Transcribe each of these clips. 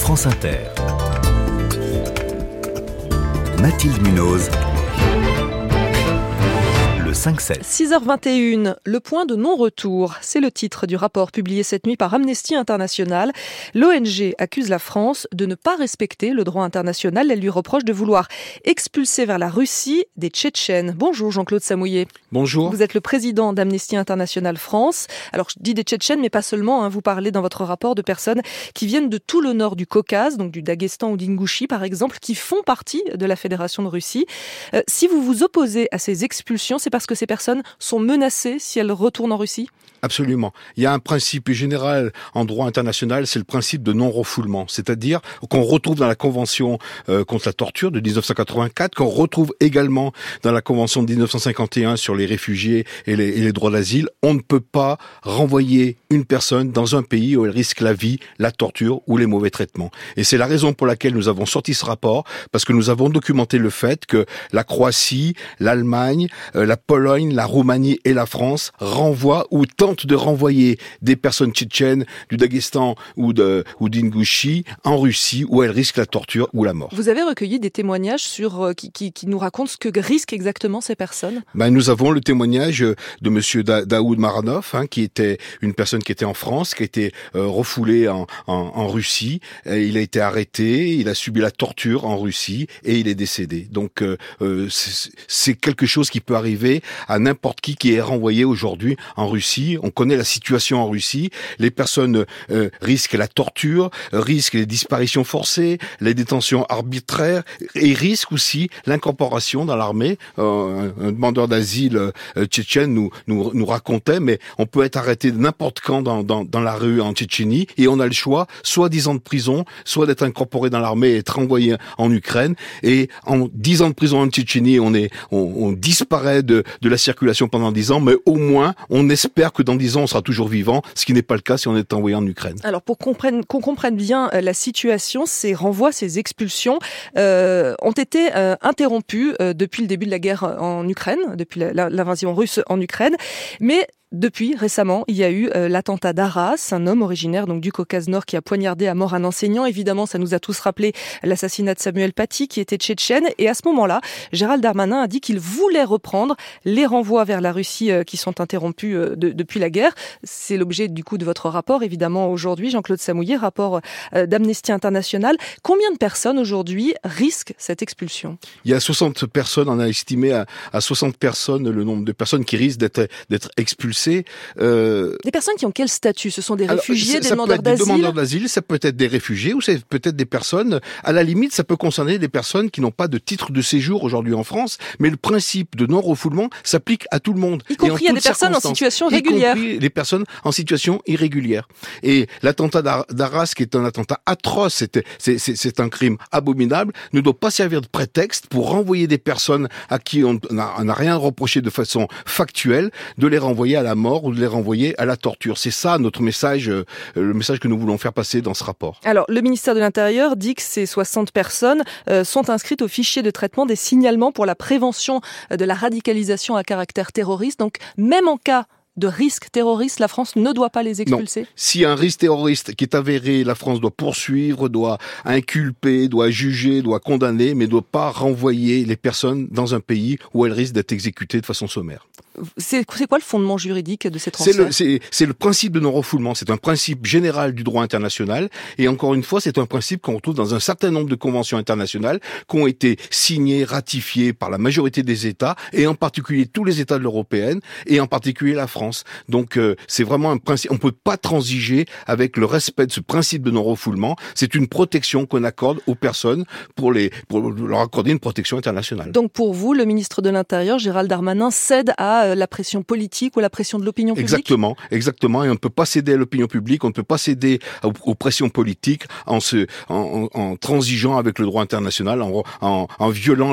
France Inter. Mathilde Munoz. 5-7. 6h21, le point de non-retour. C'est le titre du rapport publié cette nuit par Amnesty International. L'ONG accuse la France de ne pas respecter le droit international. Elle lui reproche de vouloir expulser vers la Russie des Tchétchènes. Bonjour Jean-Claude Samouillet. Bonjour. Vous êtes le président d'Amnesty International France. Alors je dis des Tchétchènes, mais pas seulement. Vous parlez dans votre rapport de personnes qui viennent de tout le nord du Caucase, donc du Daghestan ou d'Ingouchie par exemple, qui font partie de la Fédération de Russie. Si vous vous opposez à ces expulsions, c'est parce que ces personnes sont menacées si elles retournent en Russie ? Absolument. Il y a un principe général en droit international, c'est le principe de non-refoulement. C'est-à-dire qu'on retrouve dans la Convention contre la torture de 1984, qu'on retrouve également dans la Convention de 1951 sur les réfugiés et les droits d'asile. On ne peut pas renvoyer une personne dans un pays où elle risque la vie, la torture ou les mauvais traitements. Et c'est la raison pour laquelle nous avons sorti ce rapport, parce que nous avons documenté le fait que la Croatie, l'Allemagne, la Pologne, la Roumanie et la France renvoient ou tentent de renvoyer des personnes tchétchènes du Daghestan ou d'Ingouchie en Russie où elles risquent la torture ou la mort. Vous avez recueilli des témoignages qui nous racontent ce que risquent exactement ces personnes ? Nous avons le témoignage de monsieur Daoud Maranov, qui était une personne qui était en France, qui a été refoulé en Russie. Il a été arrêté, il a subi la torture en Russie et il est décédé. Donc c'est quelque chose qui peut arriver à n'importe qui est renvoyé aujourd'hui en Russie. On connaît la situation en Russie. Les personnes risquent la torture, risquent les disparitions forcées, les détentions arbitraires et risquent aussi l'incorporation dans l'armée. Un demandeur d'asile tchétchène nous racontait, mais on peut être arrêté n'importe quand dans la rue en Tchétchénie et on a le choix, soit 10 ans de prison, soit d'être incorporé dans l'armée et être envoyé en Ukraine. Et en 10 ans de prison en Tchétchénie, on disparaît de la circulation pendant 10 ans, mais au moins on espère que dans 10 ans, on sera toujours vivant, ce qui n'est pas le cas si on est envoyé en Ukraine. Alors, pour qu'on comprenne bien la situation, ces renvois, ces expulsions ont été interrompus depuis le début de la guerre en Ukraine, depuis l'invasion russe en Ukraine, mais depuis, récemment, il y a eu l'attentat d'Arras, un homme originaire donc du Caucase Nord qui a poignardé à mort un enseignant. Évidemment, ça nous a tous rappelé l'assassinat de Samuel Paty, qui était tchétchène. Et à ce moment-là, Gérald Darmanin a dit qu'il voulait reprendre les renvois vers la Russie qui sont interrompus depuis la guerre. C'est l'objet du coup de votre rapport, évidemment, aujourd'hui. Jean-Claude Samouillet, rapport d'Amnesty International. Combien de personnes aujourd'hui risquent cette expulsion ? Il y a 60 personnes, on a estimé à 60 personnes le nombre de personnes qui risquent d'être expulsées. Des personnes qui ont quel statut ? Ce sont des réfugiés, des demandeurs d'asile ? Des demandeurs d'asile, ça peut être des réfugiés ou c'est peut-être des personnes, à la limite, ça peut concerner des personnes qui n'ont pas de titre de séjour aujourd'hui en France, mais le principe de non-refoulement s'applique à tout le monde. Y compris à des personnes en situation régulière. Y compris les personnes en situation irrégulière. Et l'attentat d'Arras, qui est un attentat atroce, c'est un crime abominable, ne doit pas servir de prétexte pour renvoyer des personnes à qui on n'a rien reproché de façon factuelle, de les renvoyer à la mort ou de les renvoyer à la torture. C'est ça notre message, le message que nous voulons faire passer dans ce rapport. Alors, le ministère de l'Intérieur dit que ces 60 personnes sont inscrites au fichier de traitement des signalements pour la prévention de la radicalisation à caractère terroriste. Donc, même en cas de risque terroriste, la France ne doit pas les expulser ? Non. Si un risque terroriste qui est avéré, la France doit poursuivre, doit inculper, doit juger, doit condamner, mais ne doit pas renvoyer les personnes dans un pays où elles risquent d'être exécutées de façon sommaire. C'est quoi le fondement juridique de ces transferts ? C'est le principe de non-refoulement. C'est un principe général du droit international. Et encore une fois, c'est un principe qu'on retrouve dans un certain nombre de conventions internationales qui ont été signées, ratifiées par la majorité des États, et en particulier tous les États de l'Union européenne, et en particulier la France. Donc c'est vraiment un principe. On peut pas transiger avec le respect de ce principe de non-refoulement. C'est une protection qu'on accorde aux personnes pour leur accorder une protection internationale. Donc pour vous, le ministre de l'Intérieur, Gérald Darmanin, cède à la pression politique ou la pression de l'opinion publique ? Exactement. Et on ne peut pas céder à l'opinion publique, on ne peut pas céder aux pressions politiques en transigeant avec le droit international, en violant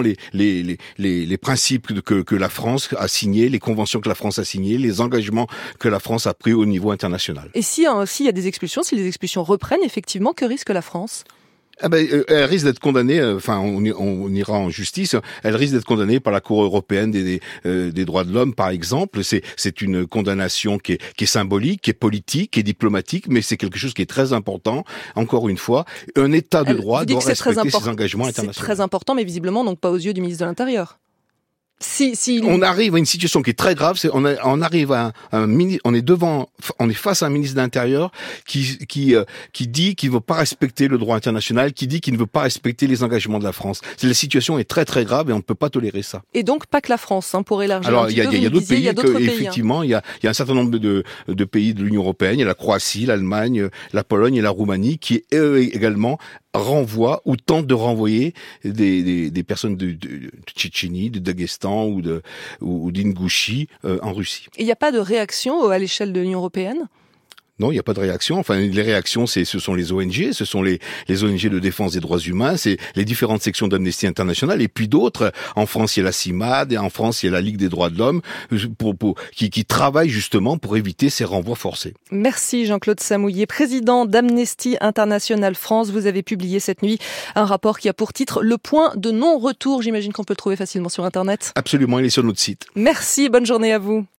les principes que la France a signés, les conventions que la France a signées, les engagements que la France a pris au niveau international. Et s'il y a des expulsions, si les expulsions reprennent, effectivement, que risque la France ? Elle risque d'être condamnée, on ira en justice, elle risque d'être condamnée par la Cour européenne des droits de l'homme, par exemple. C'est une condamnation qui est symbolique, qui est politique, qui est diplomatique, mais c'est quelque chose qui est très important. Encore une fois, un État de droit doit respecter ses engagements internationaux. C'est très important, mais visiblement donc pas aux yeux du ministre de l'Intérieur. On arrive à une situation qui est très grave, on arrive à on est face à un ministre de l'Intérieur qui dit qu'il ne veut pas respecter le droit international, qui dit qu'il ne veut pas respecter les engagements de la France. La situation est très très grave et on ne peut pas tolérer ça. Et donc pas que la France, pour élargir un petit peu. Alors il y a d'autres pays, effectivement, il y a un certain nombre de pays de l'Union européenne, il y a la Croatie, l'Allemagne, la Pologne et la Roumanie qui eux également renvoient ou tentent de renvoyer des personnes de Tchétchénie, de Daghestan ou d'Ingouchie en Russie. Et il n'y a pas de réaction à l'échelle de l'Union européenne ? Non, il n'y a pas de réaction. Enfin, les réactions, ce sont les ONG, ce sont les ONG de défense des droits humains, c'est les différentes sections d'Amnesty International, et puis d'autres. En France, il y a la CIMAD, et en France, il y a la Ligue des droits de l'homme, qui travaillent justement pour éviter ces renvois forcés. Merci Jean-Claude Samouillet, président d'Amnesty International France. Vous avez publié cette nuit un rapport qui a pour titre « Le point de non-retour ». J'imagine qu'on peut le trouver facilement sur Internet. Absolument, il est sur notre site. Merci, bonne journée à vous.